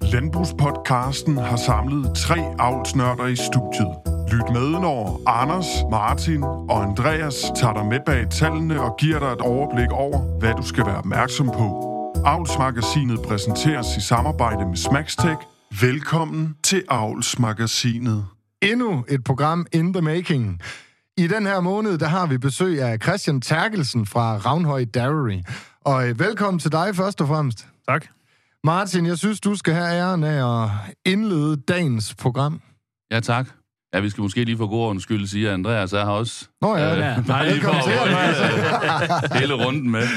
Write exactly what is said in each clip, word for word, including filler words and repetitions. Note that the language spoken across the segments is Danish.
Landbrugspodcasten har samlet tre avlsnørder i studiet. Lyt med, når Anders, Martin og Andreas tager dig med bag tallene og giver dig et overblik over, hvad du skal være opmærksom på. Avlsmagasinet præsenteres i samarbejde med Smackstech. Velkommen til Avlsmagasinet. Endnu et program in the making. I den her måned, der har vi besøg af Christian Terkelsen fra Ravnhøj Dairy. Og øh, velkommen til dig først og fremmest. Tak. Martin, jeg synes, du skal have æren af at indlede dagens program. Ja, tak. Ja, vi skal måske lige for god ordens skyld sige, at Andreas er her også. Nå ja, øh, ja. Nej, Velkommen til, Andreas. Hele runden med.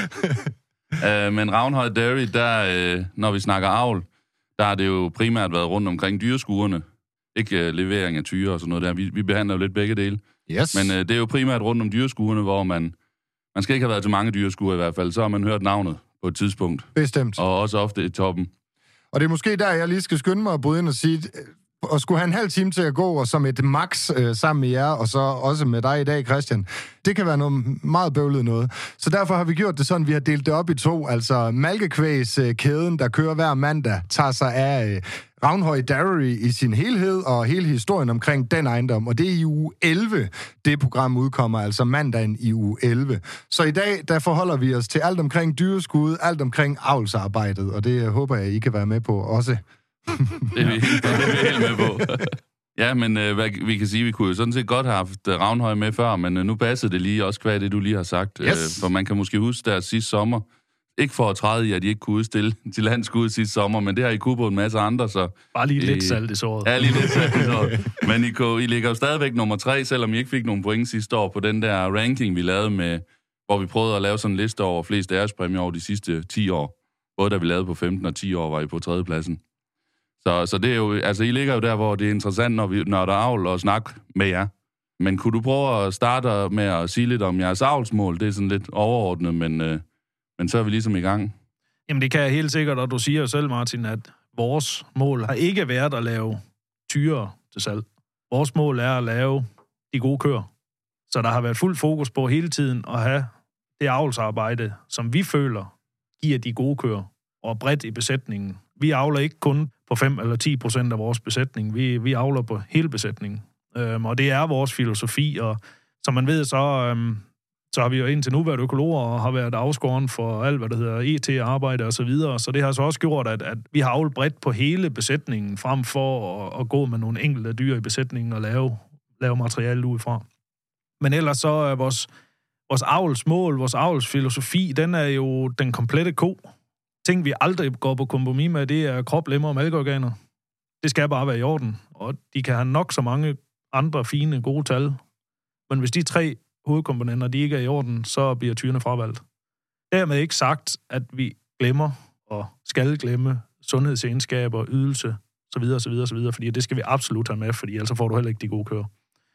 uh, men Ravnhøj Dairy, der, uh, når vi snakker avl, der har det jo primært været rundt omkring dyreskuerne. Ikke uh, levering af tyre og sådan noget der. Vi, vi behandler jo lidt begge dele. Yes. Men uh, det er jo primært rundt om dyreskuerne, hvor man... Man skal ikke have været til mange dyreskuer i hvert fald. Så har man hørt navnet på et tidspunkt. Bestemt. Og også ofte i toppen. Og det er måske der, jeg lige skal skynde mig at bryde ind og sige, at skulle have en halv time til at gå, og som et max øh, sammen med jer, og så også med dig i dag, Christian, det kan være noget meget bøvlet noget. Så derfor har vi gjort det sådan, vi har delt det op i to. Altså malkekvægskæden, der kører hver mandag, tager sig af øh, Ravnhøj Dairy i sin helhed, og hele historien omkring den ejendom. Og det er i uge elleve, det program udkommer, altså mandagen i uge elleve. Så i dag, der forholder vi os til alt omkring dyreskud, alt omkring avlsarbejdet, og det håber jeg, I kan være med på også. Det er vi, det er vi helt med på. Ja, men øh, hvad, vi kan sige, vi kunne jo sådan set godt have haft Ravnhøj med før, men øh, nu passede det lige også kvad det, du lige har sagt. Yes. Øh, for man kan måske huske der sidste sommer, ikke for at træde i, at de ikke kunne udstille til landskud sidste sommer, men det har I kunne på en masse andre, så... Bare lige øh, lidt salt i såret. Ja, lige lidt salt i såret. Men I, kunne, I ligger jo stadigvæk nummer tre, selvom I ikke fik nogen point sidste år på den der ranking, vi lavede med, hvor vi prøvede at lave sådan en liste over flest ærespræmier over de sidste ti år. Både da vi lavede på femten og ti år, var I på tredjepladsen. Så, så det er jo, altså I ligger jo der, hvor det er interessant, når, vi, når der er avl og snak med jer. Men kunne du prøve at starte med at sige lidt om jeres avlsmål? Det er sådan lidt overordnet, men, øh, men så er vi ligesom i gang. Jamen det kan jeg helt sikkert, og du siger jo selv, Martin, at vores mål har ikke været at lave tyre til salg. Vores mål er at lave de gode køer. Så der har været fuld fokus på hele tiden at have det avlsarbejde, som vi føler giver de gode køer, og bredt i besætningen. Vi avler ikke kun på fem eller ti procent af vores besætning. Vi, vi avler på hele besætningen. Øhm, og det er vores filosofi, og som man ved, så, øhm, så har vi jo indtil nu været økologer og har været afskåren for alt, hvad der hedder E T-arbejde og så videre. Så det har så også gjort, at, at vi har avlet bredt på hele besætningen, frem for at, at gå med nogle enkelte dyr i besætningen og lave, lave materiale udefra. Men ellers så er vores, vores avlsmål, vores avlsfilosofi, den er jo den komplette ko. Ting, vi aldrig går på kompromis med, det er krop, lemmer og mælkeorganer. Det skal bare være i orden, og de kan have nok så mange andre fine, gode tal. Men hvis de tre hovedkomponenter, de ikke er i orden, så bliver tyrene fravalgt. Dermed ikke sagt, at vi glemmer og skal glemme sundhedsegenskaber, ydelse, så videre, så videre, så videre, fordi det skal vi absolut have med, fordi ellers får du heller ikke de gode køer.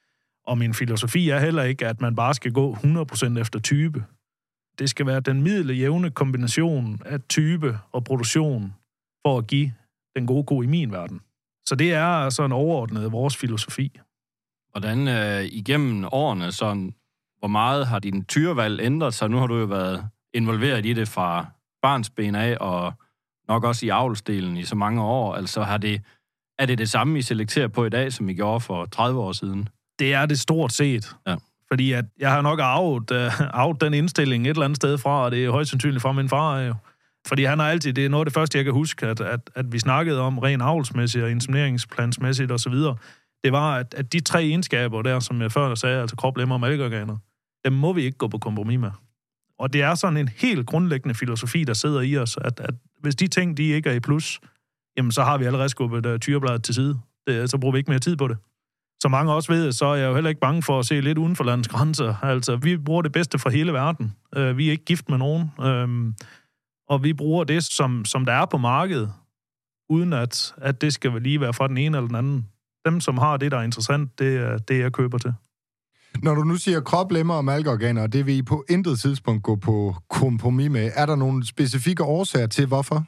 Og min filosofi er heller ikke, at man bare skal gå hundrede procent efter type. Det skal være den middeljævne kombination af type og produktion for at give den gode ko i min verden. Så det er altså en overordnet vores filosofi. Hvordan øh, igennem årene, sådan, hvor meget har din tyrevalg ændret sig? Nu har du jo været involveret i det fra barnsben af, og nok også i avlsdelen i så mange år. Altså har det, er det det samme, I selekterer på i dag, som I gjorde for tredive år siden? Det er det stort set. Ja. Fordi at jeg har nok arvet, uh, arvet den indstilling et eller andet sted fra, og det er højst sandsynligt fra min far jo. Fordi han har altid, det er noget af det første, jeg kan huske, at, at, at vi snakkede om ren avlsmæssigt og insemineringsplansmæssigt osv., det var, at, at de tre egenskaber der, som jeg før sagde, altså krop, lemmer og mælkeorganer, dem må vi ikke gå på kompromis med. Og det er sådan en helt grundlæggende filosofi, der sidder i os, at, at hvis de ting, de ikke er i plus, jamen så har vi allerede skubbet uh, tyrebladet til side. Det, så bruger vi ikke mere tid på det. Som mange også ved, så er jeg jo heller ikke bange for at se lidt uden for landets grænser. Altså, vi bruger det bedste fra hele verden. Uh, vi er ikke gift med nogen. Uh, og vi bruger det, som, som der er på markedet, uden at, at det skal lige være fra den ene eller den anden. Dem, som har det, der er interessant, det er det, jeg køber til. Når du nu siger krop, lemmer og mælkeorganer, det vil I på intet tidspunkt gå på kompromis med. Er der nogle specifikke årsager til, hvorfor?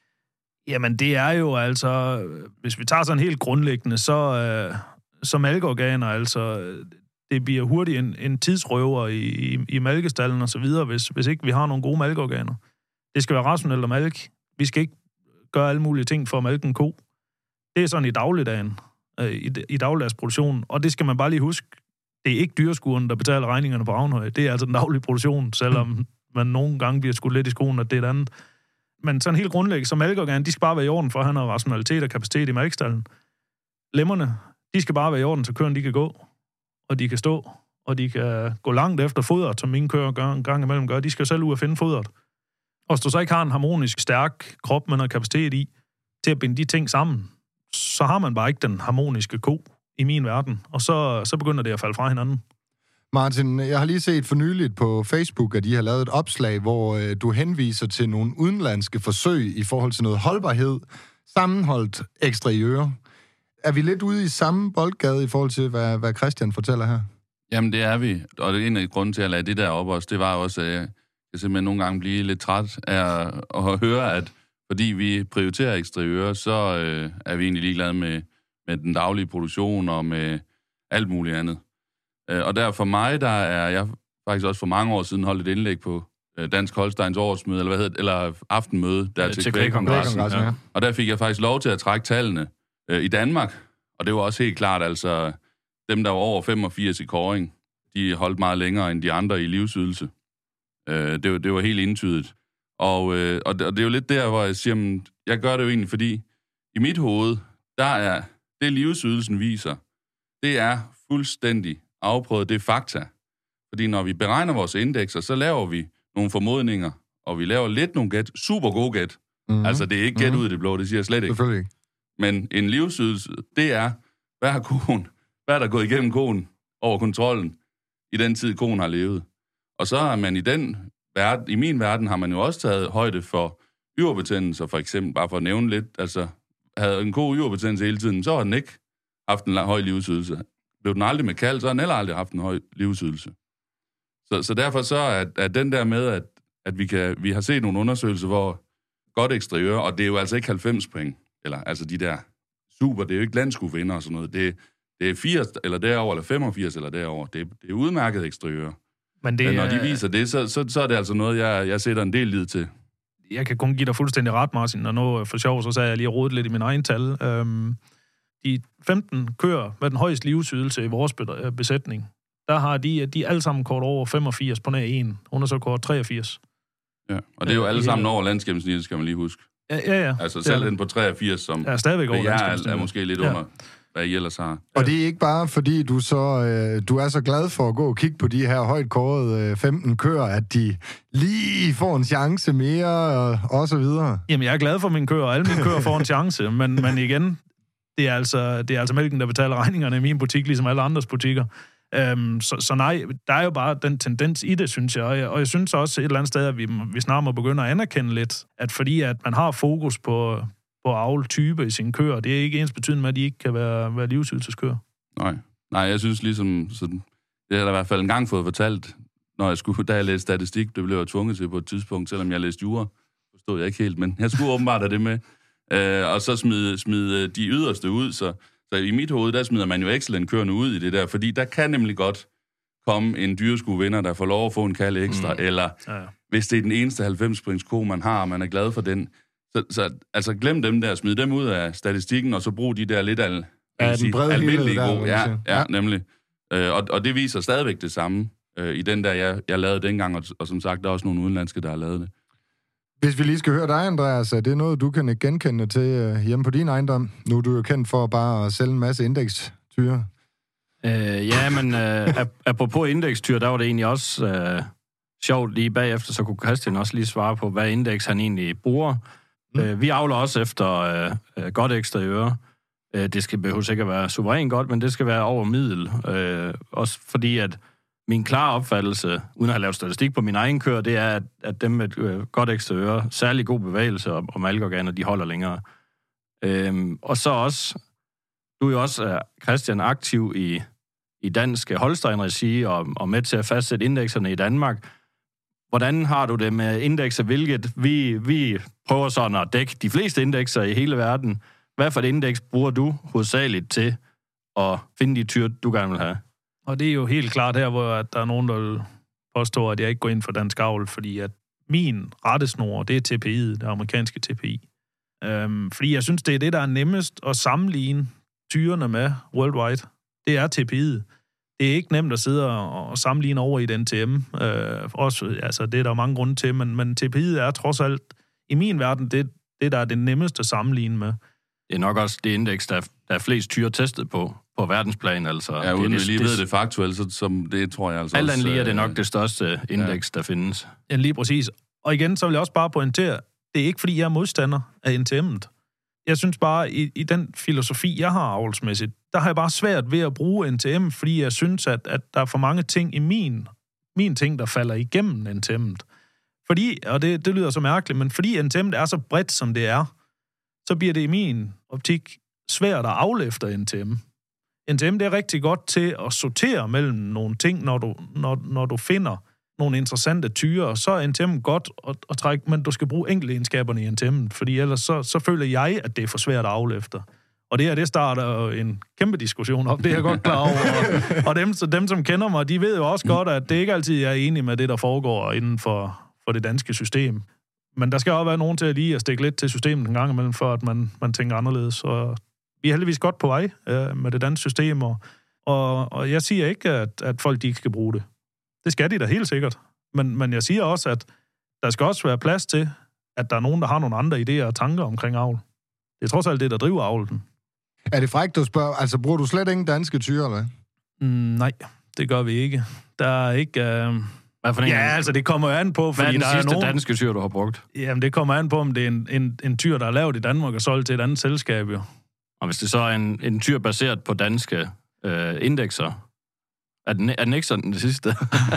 Jamen, det er jo altså... Hvis vi tager sådan helt grundlæggende, så... Uh, som mælkeorganer, altså, det bliver hurtigt en, en tidsrøver i, i, i mælkestallen og så videre, hvis, hvis ikke vi har nogle gode mælkeorganer. Det skal være rationelt at mælke. Vi skal ikke gøre alle mulige ting for at mælke en ko. Det er sådan i dagligdagen, øh, i, i dagligdagsproduktionen, og det skal man bare lige huske. Det er ikke dyreskuren, der betaler regningerne på Ravnhøj. Det er altså den daglige produktion, selvom man nogle gange bliver skudt lidt i skoen, at det er et andet. Men sådan helt grundlæggende, som mælkeorgan, de skal bare være i orden, for at han har rationalitet og kapacitet i mælkstallen. Lemmerne, de skal bare være i orden, så køerne de kan gå, og de kan stå, og de kan gå langt efter fodret, som mine kører gør, en gang imellem gør. De skal selv ud og finde fodret. Og hvis du så ikke har en harmonisk, stærk krop med noget kapacitet i, til at binde de ting sammen, så har man bare ikke den harmoniske ko i min verden, og så, så begynder det at falde fra hinanden. Martin, jeg har lige set for nyligt på Facebook, at de har lavet et opslag, hvor øh, du henviser til nogle udenlandske forsøg i forhold til noget holdbarhed, sammenholdt eksteriør. Er vi lidt ude i samme boldgade i forhold til, hvad, hvad Christian fortæller her? Jamen, det er vi. Og det er en af grunden til at lade det der op også, det var også, at jeg simpelthen nogle gange blive lidt træt af at høre, at fordi vi prioriterer eksteriører, så øh, er vi egentlig ligeglade med, med den daglige produktion og med alt muligt andet. Og der for mig, der er jeg faktisk også for mange år siden holdt et indlæg på Dansk Holsteins årsmøde, eller hvad hedder det, eller aftenmøde, der ja, til, til kvægkongressen. Ja. Og der fik jeg faktisk lov til at trække tallene øh, i Danmark, og det var også helt klart, altså dem, der var over femogfirs i kåring, de holdt meget længere end de andre i livsydelse. Øh, det, var, det var helt entydigt. Og, øh, og, det, og det er jo lidt der, hvor jeg siger, men jeg gør det jo egentlig, fordi i mit hoved, der er det livsydelsen viser, det er fuldstændig afprøvet, det er fakta. Fordi når vi beregner vores indekser, så laver vi nogle formodninger, og vi laver lidt nogle gæt, super gode gæt. Mm-hmm. Altså, det er ikke gæt mm-hmm. ud i det blå, det siger jeg slet ikke. Selvfølgelig ikke. Men en livsydelse, det er, hvad har koen, hvad er der gået igennem koen over kontrollen i den tid, koen har levet. Og så har man i den verden, i min verden, har man jo også taget højde for yverbetændelser, for eksempel, bare for at nævne lidt. Altså, havde en ko yverbetændelse hele tiden, så har den ikke haft en høj livsydelse. Blev den aldrig med kald, så har den heller aldrig haft en høj livsydelse. Så, så derfor så er, er den der med, at, at vi, kan, vi har set nogle undersøgelser, hvor godt eksteriør, og det er jo altså ikke halvfems point, eller altså de der super, det er jo ikke landskuevinder og sådan noget, det, det er firs eller derover eller femogfirs eller derover, det, det er udmærket eksteriør. Men det, når de viser det, så, så, så er det altså noget, jeg, jeg sætter en del lid til. Jeg kan kun give dig fuldstændig ret, Martin, og nu for sjov, så sagde jeg lige rodet lidt i min egen tal. Øhm, de femten køer med den højeste livsydelse i vores besætning, der har de, de alle sammen kort over femogfirs på nær en. Hun er så kort treogfirs. Ja, og det er jo alle sammen over landsgennemsnittet, skal man lige huske. Ja, ja, ja. Altså selv den på treogfirs, som ja, stadigvæk over er, er måske lidt ja. under, hvad I ellers har. Og det er ikke bare, fordi du så øh, du er så glad for at gå og kigge på de her højt kårede øh, femten køer, at de lige får en chance mere, og, og så videre. Jamen, jeg er glad for mine køer, og alle mine køer får en chance, men, men igen, det er, altså, det er altså mælken, der betaler regningerne i min butik, ligesom alle andres butikker. Øhm, så, så nej, der er jo bare den tendens i det, synes jeg. Og jeg, og jeg synes også et eller andet sted, at vi, vi snart må begynde at anerkende lidt, at fordi at man har fokus på, på avltype i sine køer, det er ikke ens betydende med, at de ikke kan være, være livsydelseskøer. Nej. Nej, jeg synes ligesom, sådan, det har jeg i hvert fald en gang fået fortalt, når jeg skulle, da jeg læste statistik, det blev jeg tvunget til på et tidspunkt, selvom jeg læste jura, forstod jeg ikke helt, men jeg skulle åbenbart have det med. Øh, og så smide, smide de yderste ud, så Så i mit hoved, der smider man jo excellent-køerne ud i det der, fordi der kan nemlig godt komme en dyreskuevinder, der får lov at få en kald ekstra, mm. eller ja, ja. hvis det er den eneste halvfems-points ko, man har, og man er glad for den. Så, så altså glem dem der, smid dem ud af statistikken, og så brug de der lidt al, ja, sige, almindelige ko. Ja, ja, ja, nemlig. Øh, og, og det viser stadigvæk det samme øh, i den der, jeg, jeg lavede dengang, og, og som sagt, der er også nogle udenlandske, der har lavet det. Hvis vi lige skal høre dig, Andreas, er det noget, du kan genkende til uh, hjemme på din ejendom? Nu er du jo kendt for bare at sælge en masse indekstyre. Øh, ja, men øh, apropos indekstyre, der var det egentlig også øh, sjovt lige bagefter, så kunne Christian også lige svare på, hvad indeks han egentlig bruger. Mm. Øh, vi avler også efter øh, godt eksteriør. Øh, det skal behøve sikkert være suverænt godt, men det skal være over middel. Øh, også fordi, at min klare opfattelse, uden at have lavet statistik på min egen køer, det er, at, at dem med øh, godt eksteriør, særlig god bevægelse og, og malkeorganer, de holder længere. Øhm, og så også, du er jo også, uh, Christian, aktiv i, i dansk Holstein-regi og, og med til at fastsætte indekserne i Danmark. Hvordan har du det med indekser, hvilket vi, vi prøver sådan at dække de fleste indekser i hele verden? Hvad for et indeks bruger du hovedsageligt til at finde de tyr, du gerne vil have? Og det er jo helt klart her, hvor der er nogen, der påstår, at jeg ikke går ind for dansk avl, fordi at min rettesnor, det er T P I'et, det amerikanske T P I. Øhm, fordi jeg synes, det er det, der er nemmest at sammenligne tyrene med worldwide. Det er T P I'et. Det er ikke nemt at sidde og, og sammenligne over i den T M. Øh, også, altså, det er der mange grunde til, men, men T P I'et er trods alt, i min verden, det, det der er det nemmeste at sammenligne med. Det er nok også det indeks, der, der er flest tyre testet på, på verdensplan. Altså, ja, uden det, vi lige ved det faktuelt, så som det tror jeg altså alt også... Alt lige er det nok det største indeks, ja. Der findes. Ja, lige præcis. Og igen, så vil jeg også bare pointere, det er ikke, fordi jeg er modstander af N T M'et. Jeg synes bare, i, i den filosofi, jeg har avlsmæssigt, der har jeg bare svært ved at bruge N T M, fordi jeg synes, at, at der er for mange ting i min, min ting, der falder igennem N T M'et. Fordi, og det, det lyder så mærkeligt, men fordi N T M'et er så bredt, som det er, så bliver det i min optik svært at afle efter N T M. N T M, det er rigtig godt til at sortere mellem nogle ting, når du, når, når du finder nogle interessante tyre, så er N T M godt at, at trække, men du skal bruge enkelte egenskaberne i N T M'et, fordi ellers så, så føler jeg, at det er for svært at afle efter. Og det her, det starter en kæmpe diskussion op, det er jeg godt klar over. Og, og dem, så dem, som kender mig, de ved jo også godt, at det ikke altid er enig med det, der foregår inden for, for det danske system. Men der skal også være nogen til at lige at stikke lidt til systemet en gang imellem, for at man, man tænker anderledes. Og vi er heldigvis godt på vej øh, med det danske system, og, og, og jeg siger ikke, at, at folk de ikke skal bruge det. Det skal de da helt sikkert. Men, men jeg siger også, at der skal også være plads til, at der er nogen, der har nogle andre idéer og tanker omkring avl. Det er trods alt det, der driver avlen. Er det frækt, du spørger? Altså, bruger du slet ingen danske tyre, eller? Mm, nej, det gør vi ikke. Der er ikke... Øh... Ja, altså, det kommer jo an på, fordi hvad er den der sidste er nogen... danske tyr, du har brugt? Jamen, det kommer an på, om det er en, en, en tyr, der er lavet i Danmark og solgt til et andet selskab, jo. Og hvis det så er en, en tyr baseret på danske øh, indekser, er den, er den ikke sådan det sidste?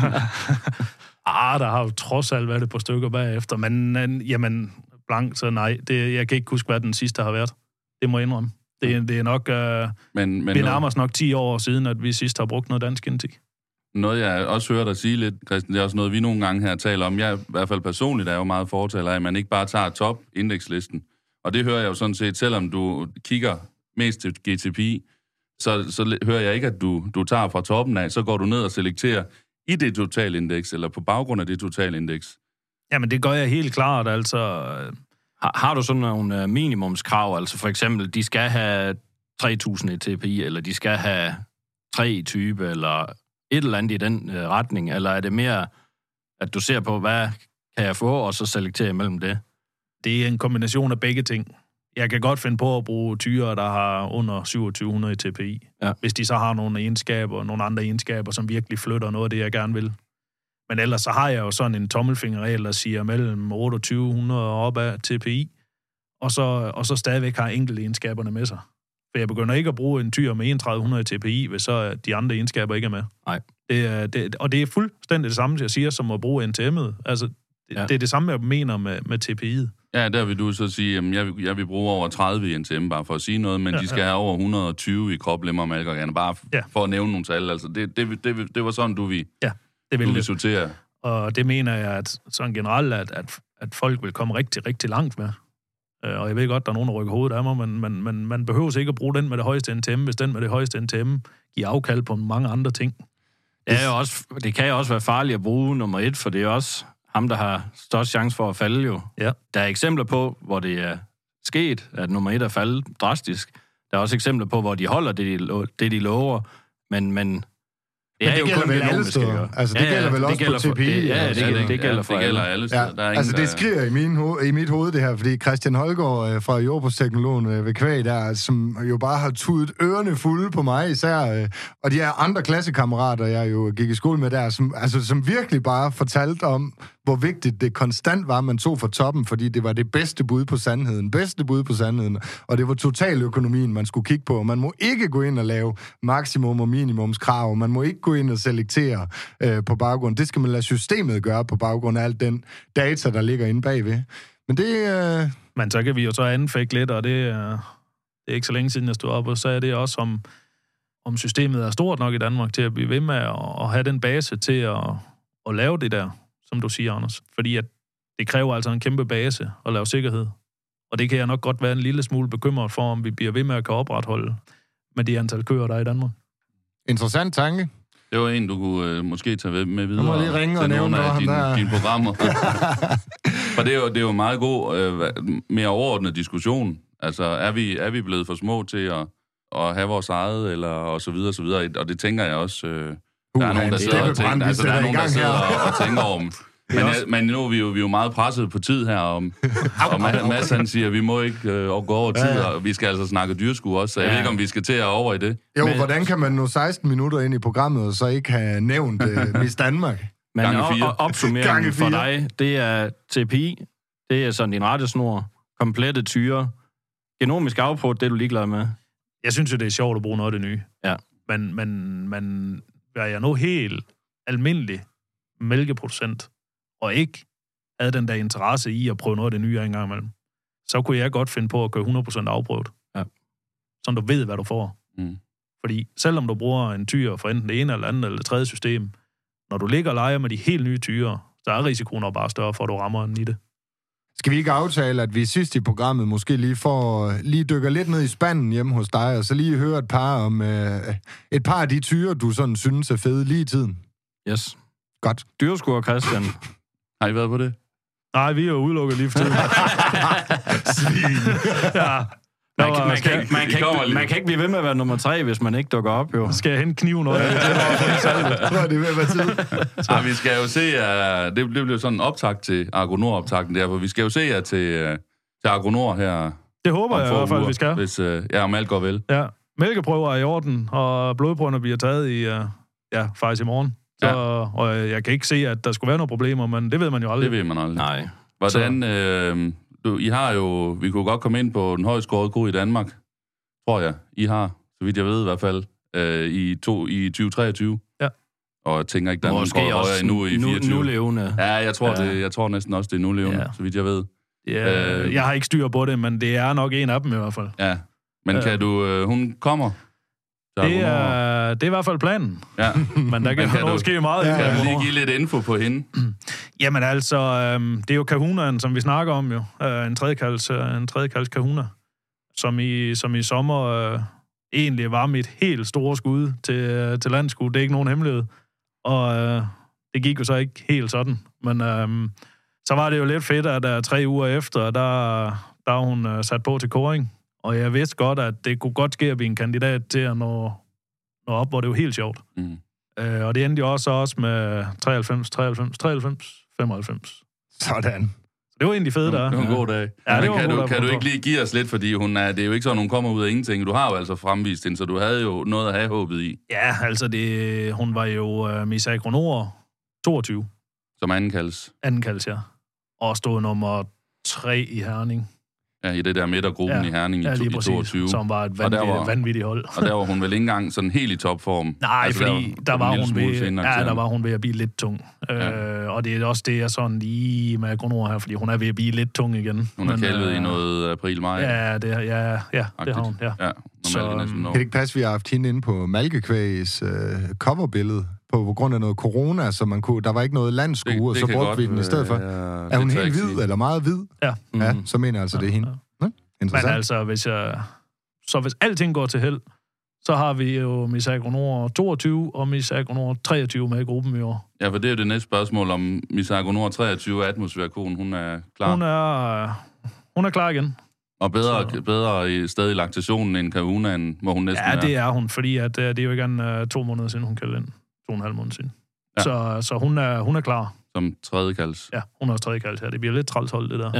ah, der har jo trods alt været et par stykker bagefter, men øh, jamen, blank, så nej. Det, jeg kan ikke huske, hvad den sidste har været. Det må jeg indrømme. Det, det er nok... Øh, men, men vi nærmer os nok ti år siden, at vi sidst har brugt noget dansk genetik. Noget, jeg også hører dig sige lidt, Christian, det er også noget, vi nogle gange her taler om. Jeg i hvert fald personligt er jo meget fortaler af, at man ikke bare tager top-indekslisten. Og det hører jeg jo sådan set, selvom du kigger mest til G T P I, så, så hører jeg ikke, at du, du tager fra toppen af, så går du ned og selekterer i det totalindeks, eller på baggrund af det totalindeks. Jamen, det gør jeg helt klart, altså... Har, har du sådan nogle minimumskrav, altså for eksempel, de skal have tre tusind i T P I, eller de skal have tre type, eller et eller andet i den øh, retning, eller er det mere, at du ser på, hvad kan jeg få, og så selekterer imellem det? Det er en kombination af begge ting. Jeg kan godt finde på at bruge tyre, der har under syvogtyve hundrede i T P I, ja. Hvis de så har nogle egenskaber, nogle andre egenskaber, som virkelig flytter noget af det, jeg gerne vil. Men ellers så har jeg jo sådan en tommelfingerregel, der siger mellem otteogtyve hundrede og op af T P I, og så, og så stadigvæk har enkelte egenskaberne med sig. For jeg begynder ikke at bruge en tyr med enogtredive hundrede i T P I, hvis så de andre egenskaber ikke er med. Nej. Det, det, og det er fuldstændig det samme, jeg siger, som at bruge N T M'et. Altså, det, ja. det er det samme, jeg mener med, med T P I'et. Ja, der vil du så sige, at jeg, vil, jeg vil bruge over tredive i N T M, bare for at sige noget, men ja, de skal ja. have over et hundrede og tyve i krop, lemmer og malkorganer, bare f- ja. for at nævne nogle tal. Altså, det, det, det, det var sådan, du vil, ja, det vil du vil sortere. Og det mener jeg, at sådan generelt, at, at, at folk vil komme rigtig, rigtig langt med. Og jeg ved godt, der er nogen, der rykker hovedet af mig, men, men, men man behøver ikke at bruge den med det højeste N T M, hvis den med det højeste N T M giver afkald på mange andre ting. Det, er jo også, det kan jo også være farligt at bruge nummer et, for det er også ham, der har størst chance for at falde jo. Ja. Der er eksempler på, hvor det er sket, at nummer et er faldet drastisk. Der er også eksempler på, hvor de holder det, de, det, de lover, men... men det, Men er det jo gælder kun vel alle steder. Altså, det ja, ja, gælder vel det også gælder på T P I. For, det, ja, altså, det, det, det gælder ja, for det gælder alle. alle steder. Ja, der er ingen, altså, det skriger i, min ho- i mit hoved, det her, fordi Christian Holgaard øh, fra Jordbrugsteknologen øh, ved Kvæg, der, som jo bare har tudet ørerne fulde på mig især, øh, og de her andre klassekammerater, jeg jo gik i skole med der, som, altså, som virkelig bare fortalte om, hvor vigtigt det konstant var, man tog fra toppen, fordi det var det bedste bud på sandheden, bedste bud på sandheden, og det var totaløkonomien, man skulle kigge på. Man må ikke gå ind og lave maksimum- og minimumskrav, man må ikke gå ind og selektere øh, på baggrund. Det skal man lade systemet gøre på baggrund af alt den data, der ligger inde bagved. Men det... Øh... Men så kan vi jo så anfægte lidt, og det, øh, det er ikke så længe siden, jeg stod op og sagde det også, om, om systemet er stort nok i Danmark til at blive ved med at, at have den base til at, at lave det der, som du siger, Anders. Fordi at det kræver altså en kæmpe base at lave sikkerhed. Og det kan jeg nok godt være en lille smule bekymret for, om vi bliver ved med at kan opretholde med de antal køer, der er i Danmark. Interessant tanke. Det var en, du kunne øh, måske tage med videre. Nu må jeg lige ringe og nævne nogle af ham dine, der. dine programmer. For det er jo, det er jo en meget god, øh, mere overordnet diskussion. Altså, er vi, er vi blevet for små til at, at have vores eget, eller og så videre, og så videre. Og det tænker jeg også... Øh, der er nogen, der sidder og tænker, altså, der er nogen, der sidder og, og tænker om... Men, jeg, men nu er vi, jo, vi er jo meget presset på tid her, om, og Mads han siger, at vi må ikke øh, gå over tid, ja, ja. Og vi skal altså snakke dyrsku også, så jeg ja. ved ikke, om vi skal til at over i det. Jo, men, hvordan kan man nå seksten minutter ind i programmet, og så ikke have nævnt uh, Miss Danmark? Men opsummeringen for dig, det er T P I, det er sådan din rettesnor, komplette tyre, genomisk afprøvet, det er du ligeglad med. Jeg synes jo, det er sjovt at bruge noget af det nye. Ja. Men, men, men er jeg nu helt almindelig mælkeproducent, og ikke havde den der interesse i at prøve noget af det nye en gang imellem, så kunne jeg godt finde på at køre hundrede procent afprøvet. Ja. Så du ved, hvad du får. Mm. Fordi selvom du bruger en tyr for enten det ene eller andet eller det tredje system, når du ligger og leger med de helt nye tyre, så er risikoen også bare større for, at du rammer en i det. Skal vi ikke aftale, at vi sidst i programmet måske lige får lige dykker lidt ned i spanden hjemme hos dig, og så lige høre et par om øh, et par af de tyre, du sådan synes er fede lige i tiden? Yes. Godt. Dyreskuer, Christian. Har I været på det? Nej, vi er jo udelukket lige for tiden. Svin. Ja. Man, man, man, kan, man, kan ikke, man kan ikke blive ved med at være nummer tre, hvis man ikke dukker op, jo. Skal jeg hente kniven noget? Jeg tror, det er ved at være tid. Ja, vi skal jo se, at det, det bliver sådan en optakt til Argonor-optakten der, for vi skal jo se jer til, til Argonor her. Det håber jeg i hvert fald, vi skal. Hvis, ja, om alt går vel. Ja, mælkeprøver er i orden, og blodprøverne bliver taget i, ja, faktisk i morgen. Så, ja. Og jeg kan ikke se, at der skulle være nogle problemer, men det ved man jo aldrig. Det ved man aldrig. Nej. Hvordan, øh, du, I har jo, vi kunne godt komme ind på den højst scorede ko i Danmark, tror jeg. I har, så vidt jeg ved i hvert fald, øh, i, to, i tyve treogtyve. Ja. Og jeg tænker ikke, der måske er højere endnu i fireogtyve. Nu levende. Ja, jeg tror, ja. Det, jeg tror næsten også, det er nu levende, ja. Så vidt jeg ved. Ja, øh, jeg har ikke styr på det, men det er nok en af dem i hvert fald. Ja, men øh. kan du, øh, hun kommer... Det er, det er i hvert fald planen. Ja. Men der kan, kan du ske meget. Ja, kan du lige give lidt info på hende? Jamen altså, øhm, det er jo kahunaen, som vi snakker om jo. Øh, en tredjekalds, en tredjekalds kahuna, som i, som i sommer øh, egentlig var mit helt store skud til, til landskud. Det er ikke nogen hemmelighed. Og øh, det gik jo så ikke helt sådan. Men øh, så var det jo lidt fedt, at der tre uger efter, der, der er hun øh, sat på til kåring. Og jeg vidste godt, at det kunne godt ske at blive en kandidat til at nå, nå op, hvor det var helt sjovt. Mm. Øh, og det endte jo også, også med treoghalvfems, treoghalvfems, treoghalvfems, femoghalvfems. Sådan. Det var egentlig fedt, der. Det var en god dag. Ja, men det var kan, god du, dag, kan du ikke lige give os lidt, fordi hun er, det er jo ikke sådan, hun kommer ud af ingenting. Du har jo altså fremvist hende, så du havde jo noget at have håbet i. Ja, altså det, hun var jo uh, Miss Agronor toogtyve. Som anden kaldes. Anden kaldes, ja. Og stod nummer tre i Herning. Ja, i det der midtergruppen ja, i Herning ja, i, i toogtyve. Som var et vanvittigt, var, vanvittigt hold. Og der var hun vel ikke engang sådan helt i topform. Nej, altså, fordi der, der var, hun ved, ja, der var hun ved at blive lidt tung. Ja. Øh, og det er også det, jeg sådan lige med Agronor her, fordi hun er ved at blive lidt tung igen. Hun har kælvet øh, i noget april-maj. Ja, det, ja, ja, det har hun, ja. ja så, kan det ikke passe, at vi har haft hende inde på Malkekvægs øh, coverbillede på grund af noget corona, så man kunne, der var ikke noget landskue, og så brugte vi den i stedet for. Ja, er hun helt hvid, eller meget hvid? Ja. Mm-hmm. Ja, så mener jeg altså, ja, det er hende. Ja. Men altså, hvis jeg... Så hvis alting går til held, så har vi jo Miss Agronor toogtyve og Miss Agronor treogtyve med i gruppen i år. Ja, for det er jo det næste spørgsmål om Miss Agronor treogtyve atmosfærekonen. Hun er klar. Hun er, hun er klar igen. Og bedre, så... bedre i stadig laktationen end kahunaen, hvor hun næsten ja, er. Ja, det er hun, fordi at, det er jo ikke en uh, to måneder siden, hun kaldte ind. To og en halv måned siden. Ja. Så, så hun, er, hun er klar. Som tredje kalds. Ja, hun er også tredje kalds her. Det bliver lidt trælshold, det der.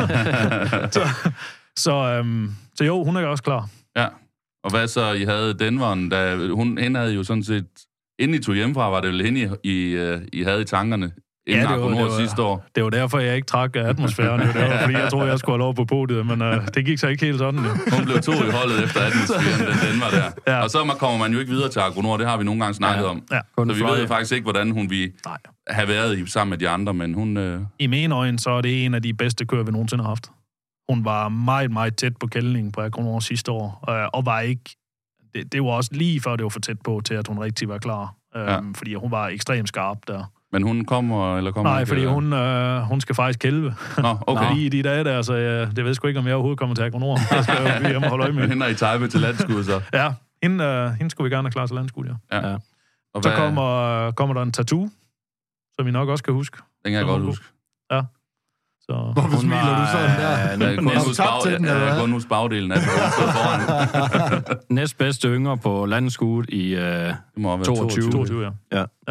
Ja. så, så, øhm, så jo, hun er også klar. Ja, og hvad så, I havde Denveren, da hun, hende havde jo sådan set, inden I tog hjemmefra, var det vel hende, I, I, I havde i tankerne, inden ja, Argonor sidste år? Det var derfor, jeg ikke trak atmosfæren, det var, fordi jeg troede, jeg skulle have lov på podiet, men uh, det gik så ikke helt sådan. Jo. Hun blev to i holdet efter atmosfæren, den Denver der. Ja. Og så kommer man jo ikke videre til Argonor, det har vi nogle gange snakket ja. om. Ja. Så vi ved jo faktisk ikke, hvordan hun vil have været i, sammen med de andre, men hun... Øh... I mine øjne, så er det en af de bedste kører, vi nogensinde har haft. Hun var meget, meget tæt på kældningen på Agronor sidste år, øh, og var ikke... Det, det var også lige før, det var for tæt på, til at hun rigtig var klar. Øh, ja. Fordi hun var ekstremt skarp der. Men hun kommer, eller kommer Nej, ikke, fordi eller? hun, øh, hun skal faktisk kælve. Nå, okay. Lige i de dage der, så jeg, det ved sgu ikke, om jeg overhovedet kommer til Agronor. Jeg skal jo blive hjemme og holde øje med. Men hende er i Tejbe til landskud, så? Ja, hende, øh, hende skulle vi gerne have klar til landskud, ja. ja. ja. Og så hvad... kommer, kommer der en tattoo, som I nok også kan huske. Den kan jeg godt huske. Ja. Så Hvorfor smiler du sådan der? Ja, kun, hos bag, den, ja, ja, kun hos bagdelen af den, der stod foran. Næstbedste yngre på landskuet i uh, Det må være toogtyve. toogtyve, ja. Ja. ja.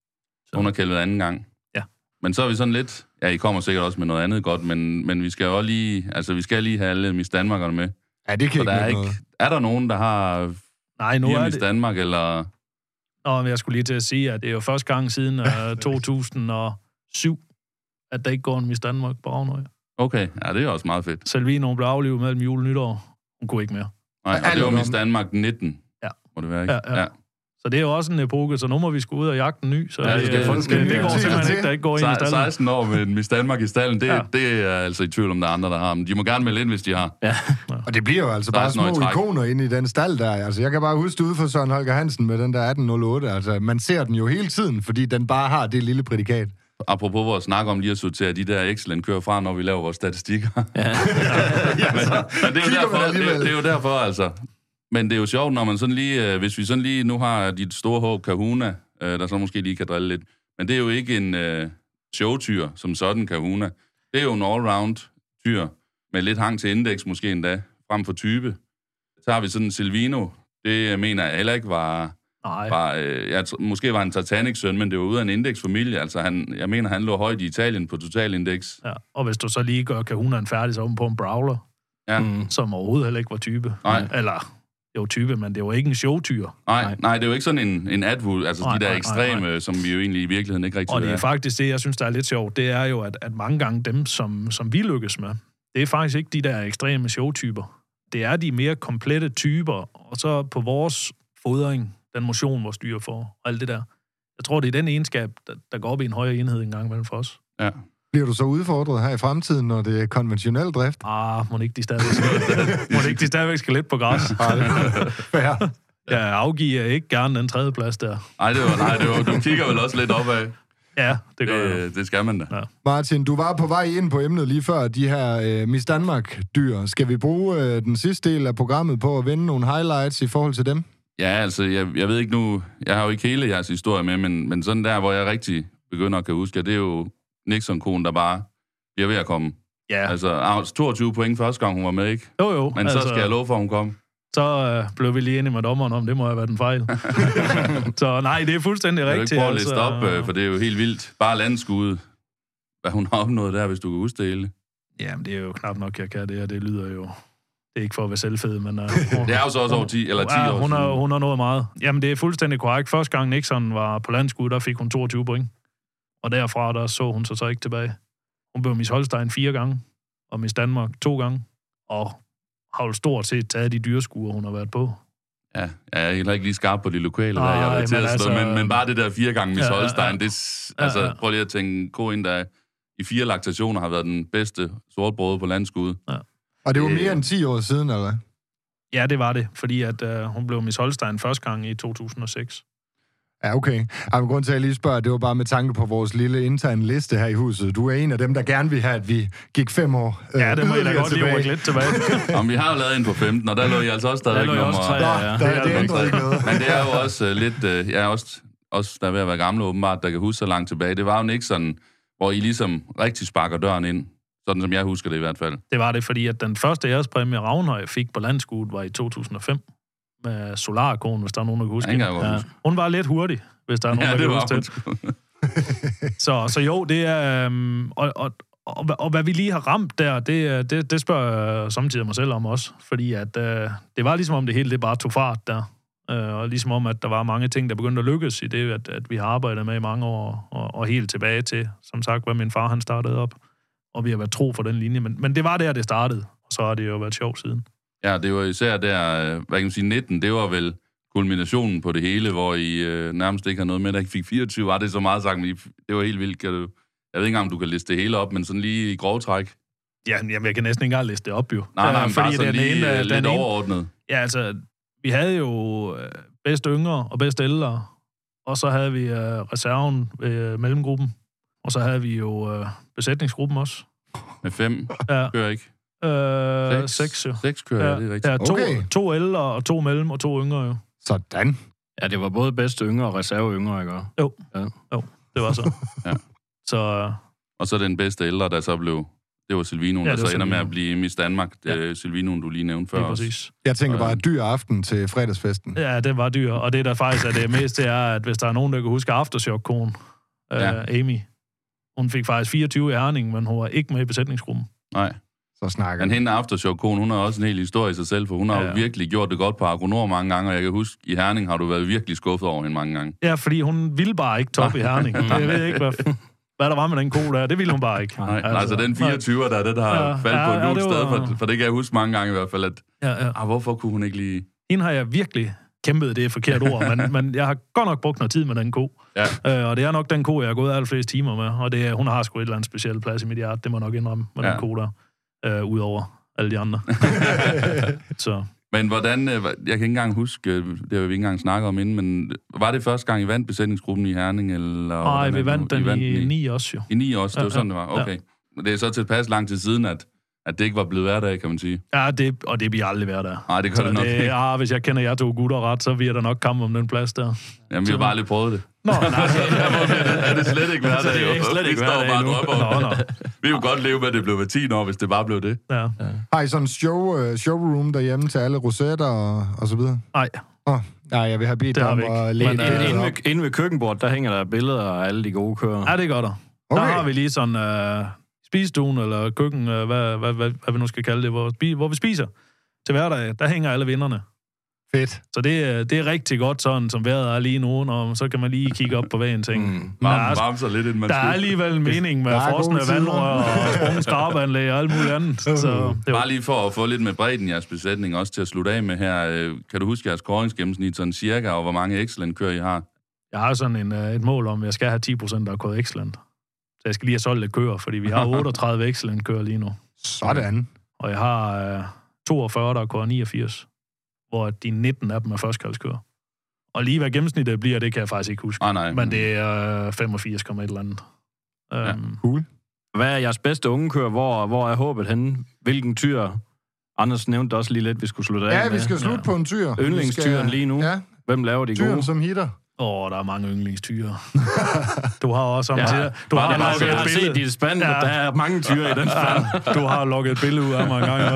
Så hun har kældet anden gang. Ja. Men så er vi sådan lidt... Ja, I kommer sikkert også med noget andet godt, men, men vi skal jo lige... Altså, vi skal lige have alle Miss Danmarkerne med. Ja, det kan Så ikke der er, ikke ikke, noget. er der nogen, der har Nej, nu fire er Miss det... Danmark, eller... Nå, men jeg skulle lige til at sige, at det er jo første gang siden uh, to tusind og syv, at der ikke går en Miss Danmark på Ravnhøj. Okay, ja, det er også meget fedt. Selvino, hun blev aflivet mellem jul og nytår. Hun kunne ikke mere. Nej, og det var Miss Danmark nitten. Ja. Må det være, ikke? Ja, ja. ja. Så det er jo også en epoke, så nu må vi sgu ud og jagte en ny. Så Ja, det, det skal det, få- det, skal det, vi- det går simpelthen ikke, der ikke går ind i stallen. seksten år med en Miss Danmark i stallen, det, Ja. ja. det er altså i tvivl om, der er andre, der har. Men de må gerne melde ind, hvis de har. Ja. Og det bliver jo altså bare seksten år i små træk. ikoner inde i den stald der. Altså, jeg kan bare huske det ude for Søren Holger Hansen med den der atten nul otte. Altså, man ser den jo hele tiden, fordi den bare har det lille prædikat. Apropos vores snak om lige at sortere de der excellent kører fra, når vi laver vores statistikker. Ja. ja, men, så men det, er jo kigger man derfor, det, alligevel. det er jo derfor, altså. Men det er jo sjovt, når man sådan lige... øh, Hvis vi sådan lige... Nu har dit store håb Kahuna, øh, der så måske lige kan drille lidt. Men det er jo ikke en øh, showtyr, som sådan Kahuna. Det er jo en all-round tyr, med lidt hang til indeks måske endda, frem for type. Så har vi sådan en Silvino. Det mener jeg heller ikke var... Nej. var øh, jeg, tr- måske var en Titanic-søn, men det var ude af en indeksfamilie. Altså, han, jeg mener, han lå højt i Italien på totalindeks. Ja. Og hvis du så lige gør Kahunaen færdig, så er hun på en brawler, Ja. Mm. som overhovedet heller ikke var type. Nej. Eller, jo type, men det var ikke en showtyr. Nej, Nej. nej, det er jo ikke sådan en, en Atwood, altså Nej, de der nej, ekstreme, nej, nej. som vi jo egentlig i virkeligheden ikke rigtig Og vil det er have. faktisk det, jeg synes, der er lidt sjovt, det er jo, at, at mange gange dem, som, som vi lykkes med, det er faktisk ikke de der ekstreme showtyper. Det er de mere komplette typer, og så på vores fodring, den motion, vores dyr får, og alt det der. Jeg tror, det er den egenskab, der, der går op i en højere enhed en gang imellem for os. Ja. Bliver du så udfordret her i fremtiden, når det er konventionel drift? Ah, må ikke de stadigvæk skal, må ikke de stadigvæk skal lidt på græs. Fair. Jeg afgiver ikke gerne den tredje plads der. Nej, det var, nej, det var, du kigger vel også lidt opad. Ja, det gør jeg. Det, det skal man da. Ja. Martin, du var på vej ind på emnet lige før, de her øh, Miss Danmark-dyr. Skal vi bruge øh, den sidste del af programmet på at vende nogle highlights i forhold til dem? Ja, altså, jeg, jeg ved ikke nu, jeg har jo ikke hele jeres historie med, men, men sådan der, hvor jeg rigtig begynder at kan huske, det er jo Nixon-konen, der bare bliver ved at komme. Ja, Altså, toogtyve point første gang, hun var med, ikke? jo jo. Men altså, så skal jeg love for, at hun kom. Så øh, blev vi lige enige med dommeren om, det må have været en fejl. Så nej, det er fuldstændig Jeg vil rigtigt. ikke prøve at liste op, øh, for det er jo helt vildt. Bare landskude, hvad hun har opnået der, hvis du kan huske det hele. Jamen, det er jo knap nok, jeg kan det, og det lyder jo... Det er ikke for at være selvfed, men... Uh, Det er jo så også over ti, eller ti ja, år hun har, siden. hun har nået meget. Jamen, det er fuldstændig korrekt. Første gang Nixon var på landskud, der fik hun toogtyve point. Og derfra, der så hun sig så ikke tilbage. Hun blev Miss Holstein fire gange, og Miss Danmark to gange. Og har jo stort set taget de dyreskuer, hun har været på. Ja, jeg er heller ikke lige skarp på de lokale, der Nej, jeg er til men at slå, altså- men, men bare det der fire gange Miss Ja, ja, Holstein, ja. det er, Ja, altså, ja. prøv lige at tænke, gå ind der i fire laktationer har været den bedste sortbrød på landskud. Og det var Øh. mere end ti år siden, eller hvad? Ja, det var det, fordi at, uh, hun blev Miss Holstein første gang i to tusind og seks. Ja, okay. Ej, men grund til, at jeg lige spørger, det var bare med tanke på vores lille interne liste her i huset. Du er en af dem, der gerne vil have, at vi gik fem år øh, Ja, det må jeg da yderligere godt lige rykke lidt tilbage. Om vi har jo lavet en på femten, og der lå I altså også stadigvæk Der lå jeg også nummer... tre. Nå, Ja, ja. der, Det er det altså ændrer ikke noget. Men det er jo også uh, lidt... Uh, jeg er også, også der er ved at være gamle åbenbart, der kan huske så langt tilbage. Det var jo ikke sådan, hvor I ligesom rigtig sparker døren ind. Sådan som jeg husker det i hvert fald. Det var det, fordi at den første ærespræmie, Ravnhøj fik på landskuet, var i to tusind og fem med Solarkonen, hvis der er nogen, der kan huske Jeg kan det. godt Ja. huske. Hun var lidt hurtig, hvis der er nogen, Ja, der det kan var huske hun. det. Så, så jo, det er... Um, og, og, og, og hvad vi lige har ramt der, det, det, det spørger jeg samtidig mig selv om også. Fordi at, uh, det var ligesom om det hele det bare tog fart der. Uh, og ligesom om, at der var mange ting, der begyndte at lykkes i det, at, at vi har arbejdet med i mange år, og, og helt tilbage til, som sagt, hvad min far han startede op. Og vi har været tro for den linje. Men, men det var der, det startede. Og så har det jo været sjovt siden. Ja, det var især der, øh, hvad kan man sige, nitten, det var vel kulminationen på det hele, hvor I øh, nærmest ikke har noget med, der ikke fik fireogtyve, var det så meget sagt, men I, det var helt vildt. Kan du, jeg ved ikke engang, om du kan liste det hele op, men sådan lige i grov træk. Ja, jamen, jeg kan næsten ikke engang liste det op, jo. Nej, nej, Øh, men bare sådan den lige ene- øh, den lidt ene- overordnet. Ja, altså, vi havde jo øh, bedst yngre og bedst ældre, og så havde vi øh, reserven ved øh, mellemgruppen, og så havde vi jo øh, besætningsgruppen også. Med fem Ja, kører ikke. øh, Seks. seks jo. Seks kører, ja, det er rigtigt. Ja, to, Okay. to ældre og to mellem og to yngre jo. Sådan. Ja, det var både bedste yngre og reserve yngre, ikke? Jo, Ja. jo, det var så. Ja. Så øh, Og så den bedste ældre, der så blev Det var Silvinoen, Ja, der det var så ender med Silvino. at blive Miss Danmark. Det Ja. er Silvinoen, du lige nævnte før Lige også. præcis. Jeg tænker bare, Og, dyr aften til fredagsfesten. Ja, det var dyr. Og det, der faktisk er det mest, det er, at hvis der er nogen, der kan huske Aftershock-konen, Ja. øh, Amy, hun fik faktisk fireogtyve i Herning, men hun var ikke med i besætningsgruppen. Nej. Så snakker Men vi. hende Aftershock-konen, hun har også en hel historie i sig selv, for hun har Ja. jo virkelig gjort det godt på Agronor mange gange, og jeg kan huske, i Herning har du været virkelig skuffet over hende mange gange. Ja, fordi hun ville bare ikke top i Herning. Jeg ved ikke, hvad, hvad der var med den ko der. Det ville hun bare ikke. Nej, altså, altså den fireogtyver, der er det, der har Ja, faldt ja, på et ja, lunt det sted, var- for, for det kan jeg huske mange gange i hvert fald, at Ja, ja. ah, hvorfor kunne hun ikke lige... Hende har jeg virkelig kæmpet, det er forkert ord, men, men jeg har godt nok brugt noget tid med den ko. Ja. Øh, og det er nok den ko, jeg har gået allerflest timer med, og det er, hun har sgu et eller andet specielt plads i mit hjerte, det må jeg nok indrømme med Ja. den ko der, øh, udover alle de andre. Så Men hvordan, øh, jeg kan ikke engang huske, øh, det har vi ikke engang snakket om inden, men var det første gang, I vandt besætningsgruppen i Herning? Eller nej, hvordan er vi det vandt nu? den I vandt i ni også jo. I ni også, det Ja, var sådan, ja, det var. Okay. Men det er så tilpas lang tid siden, at, at det ikke var blevet hverdag, kan man sige. Ja, det, og det bliver aldrig været der. Nej, det gør Så det nok det, ikke. ja, hvis jeg kender jer to gutter ret, så bliver der nok kamp om den plads der. Jamen, vi har bare aldrig prøvet det. Nå, nej, Er det slet ikke hverdag, det er jo? ikke slet Vi ikke står hverdag bare nu. og drømmer om nå, det. nå. Vi kunne godt leve med, at det blev hver ti år, hvis det bare blev det. Ja. Har I sådan en show, uh, showroom derhjemme til alle rosetter og, og så videre? Nej, Åh, oh, nej, jeg vil have bedt Det har om vi ikke. at Men, lægge øh, billedet Inde op. ved, inde ved køkkenbordet, der hænger der billeder af alle de gode kører. ja, det gør der. Okay. Der har vi lige sådan uh, spisestuen eller køkken, uh, hvad, hvad, hvad, hvad vi nu skal kalde det, hvor, spi- hvor vi spiser til hverdag. Der hænger alle vinderne. Fedt. Så det, er- det er rigtig godt sådan, som vejret er lige nu, og så kan man lige kigge op på væggen og tænke, Mm. mm. Varme, varme sig lidt, inden man der er skal. alligevel en mening med Der er frosne gode tider. vandrør og sprungne skrabeanlæg og alt muligt andet. Så det var, Bare lige for at få lidt med bredden i jeres besætning, også til at slutte af med her. øh, Kan du huske jeres koringsgennemsnit sådan cirka, og hvor mange excellent kører I har? jeg har sådan en, uh, et mål om, at jeg skal have ti procent, der er kørt excellent. Så jeg skal lige have solgt lidt køer, fordi vi har otteogtredive excellent kører lige nu. Sådan. Og jeg har uh, toogfyrre, der er kørt niogfirs, hvor de nitten af dem er førstkaldskører. Og lige hvad gennemsnittet bliver, det kan jeg faktisk ikke huske. Nej, nej. Men det er uh, femogfirs komma et eller andet. Ja. Um, Cool. Hvad er jeres bedste unge kører? Hvor, hvor er håbet henne? Hvilken tyr? Anders nævnte også lige lidt, vi skulle slutte af Ja, med. vi skal slutte Ja. på en tyr. Yndlingstyren lige nu. Ja, Hvem laver de tyren gode? som hitter. Åh, der er mange yndlingstyre. Du har også om Ja. til, du har Jeg har, lukket jeg har et set billede. dit spand, Ja. ja. Der er mange tyre i den spand. Du har lukket et billede ud af mig en gang.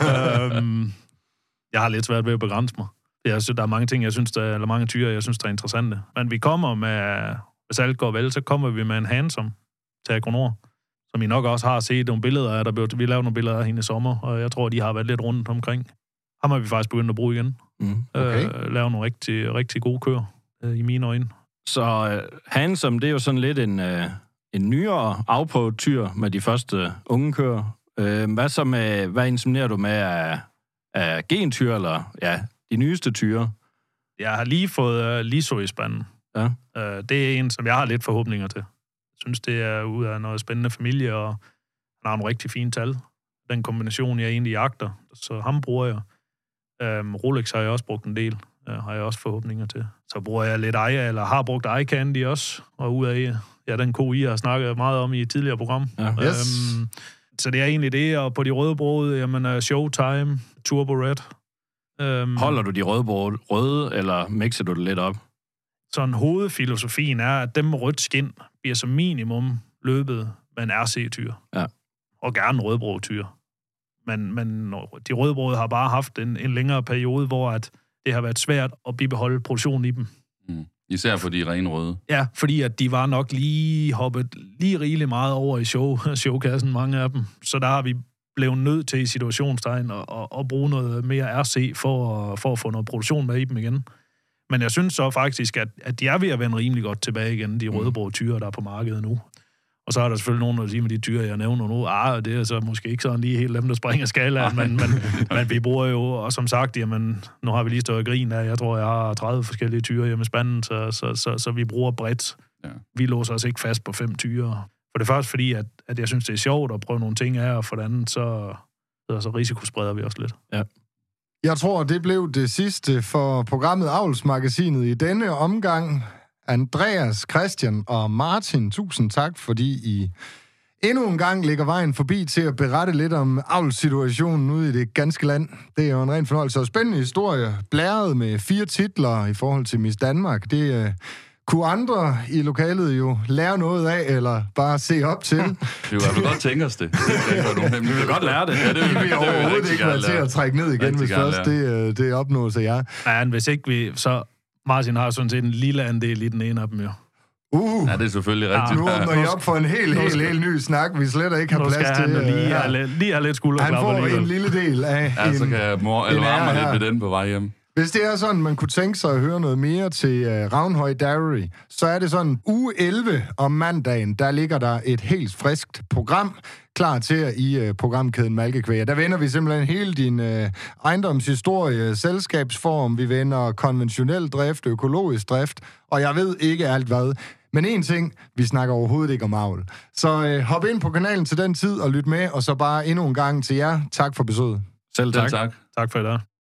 øhm, jeg har lidt svært ved at begrænse mig. Jeg synes, der er mange ting, jeg synes, der, eller mange tyre, jeg synes, der er interessante. Men vi kommer med, hvis alt går vel, så kommer vi med en Hansom til Agronor, som I nok også har set nogle billeder af. Der blev, vi lavede nogle billeder af hende i sommer, og jeg tror, de har været lidt rundt omkring. Ham har vi faktisk begyndt at bruge igen. Mm. Okay. Øh, lave nogle rigtig, rigtig gode køer, øh, i mine øjne. Så uh, Hansom, det er jo sådan lidt en, uh, en nyere afprøvet tyr med de første unge kører. Uh, hvad så med, hvad inseminerer du med af, af gentyr, eller ja, de nyeste tyre? Jeg har lige fået uh, Liso i spanden. Ja. Uh, det er en, som jeg har lidt forhåbninger til. Jeg synes, det er ud af noget spændende familie, og han har nogle rigtig fine tal. Den kombination, jeg egentlig jagter. Så ham bruger jeg. Um, Rolex har jeg også brugt en del. Uh, har jeg også forhåbninger til. Så bruger jeg lidt Eye, eller har brugt Eye Candy også. Og ud af ja, den ko, I har snakket meget om i et tidligere program. Ja. Yes. Um, så det er egentlig det. Og på de røde brød, jamen uh, Showtime, Turbo Red. Um, Holder du de røde, brød røde, eller mixer du det lidt op? sådan hovedfilosofien er, at dem med rødt skin bliver som minimum løbet med en R C-tyr. Ja. Og gerne en rødbrød-tyr. Men, men de rødbrød har bare haft en, en længere periode, hvor at det har været svært at bibeholde produktionen i dem. Mm. Især for de rene røde. Ja, fordi at de var nok lige hoppet lige rigeligt meget over i show, showkassen, mange af dem. Så der har vi blevet nødt til i situationstegn at, at, at bruge noget mere R C for, for at få noget produktion med i dem igen. Men jeg synes så faktisk, at, at de er ved at vende rimelig godt tilbage igen, de rødbrød tyre, der er på markedet nu. Og så er der selvfølgelig nogen, der siger med de tyre, jeg nævner nu, ah, det er så måske ikke sådan lige helt dem, der springer skalaen, men, men, men vi bruger jo, og som sagt, jamen, nu har vi lige stået og grin af, jeg tror, jeg har tredive forskellige tyre hjemme i spanden, så, så, så, så vi bruger bredt. Ja. Vi låser os ikke fast på fem tyre. For det første fordi, at, at jeg synes, det er sjovt at prøve nogle ting af, og for det andet, så, så risikospreder vi også lidt. Ja. Jeg tror, det blev det sidste for programmet Avlsmagasinet i denne omgang. Andreas, Christian og Martin, tusind tak, fordi I endnu en gang lægger vejen forbi til at berette lidt om avlssituationen ude i det ganske land. Det er jo en ren fornøjelse og spændende historie. Blæret med fire titler i forhold til Miss Danmark. Det øh, kunne andre i lokalet jo lære noget af, eller bare se op til. Vi vil i hvert fald godt tænke os det. det Vi vil godt lære det. Ja, det Vi vil overhovedet ikke være til at trække ned igen, Rigtig hvis gerne først det, det er opnåelse af jer. Ja, men hvis ikke vi... Så Martin har sådan set en lille andel i den ene af dem, jo. Uh, Ja, det er selvfølgelig Ja, rigtigt. nu åbner I op for en helt, Nu helt, skal- helt ny snak, vi slet ikke har Nu skal plads han til. lige, øh, have, lidt- lige have lidt skulderklap Han får alligevel. en lille del af Ja, så en, kan mor eller en ære varme her. lidt ved den på vej hjem. Hvis det er sådan, man kunne tænke sig at høre noget mere til uh, Ravnhøj Dairy, så er det sådan uge elleve om mandagen, der ligger der et helt friskt program klar til jer i uh, programkæden Malkekvæger. Der vender vi simpelthen hele din uh, ejendomshistorie, selskabsform, vi vender konventionel drift, økologisk drift, og jeg ved ikke alt hvad. Men en ting, vi snakker overhovedet ikke om avl. Så uh, hop ind på kanalen til den tid og lyt med, og så bare endnu en gang til jer. Tak for besøget. Selv tak. Selv tak. Tak for i dag.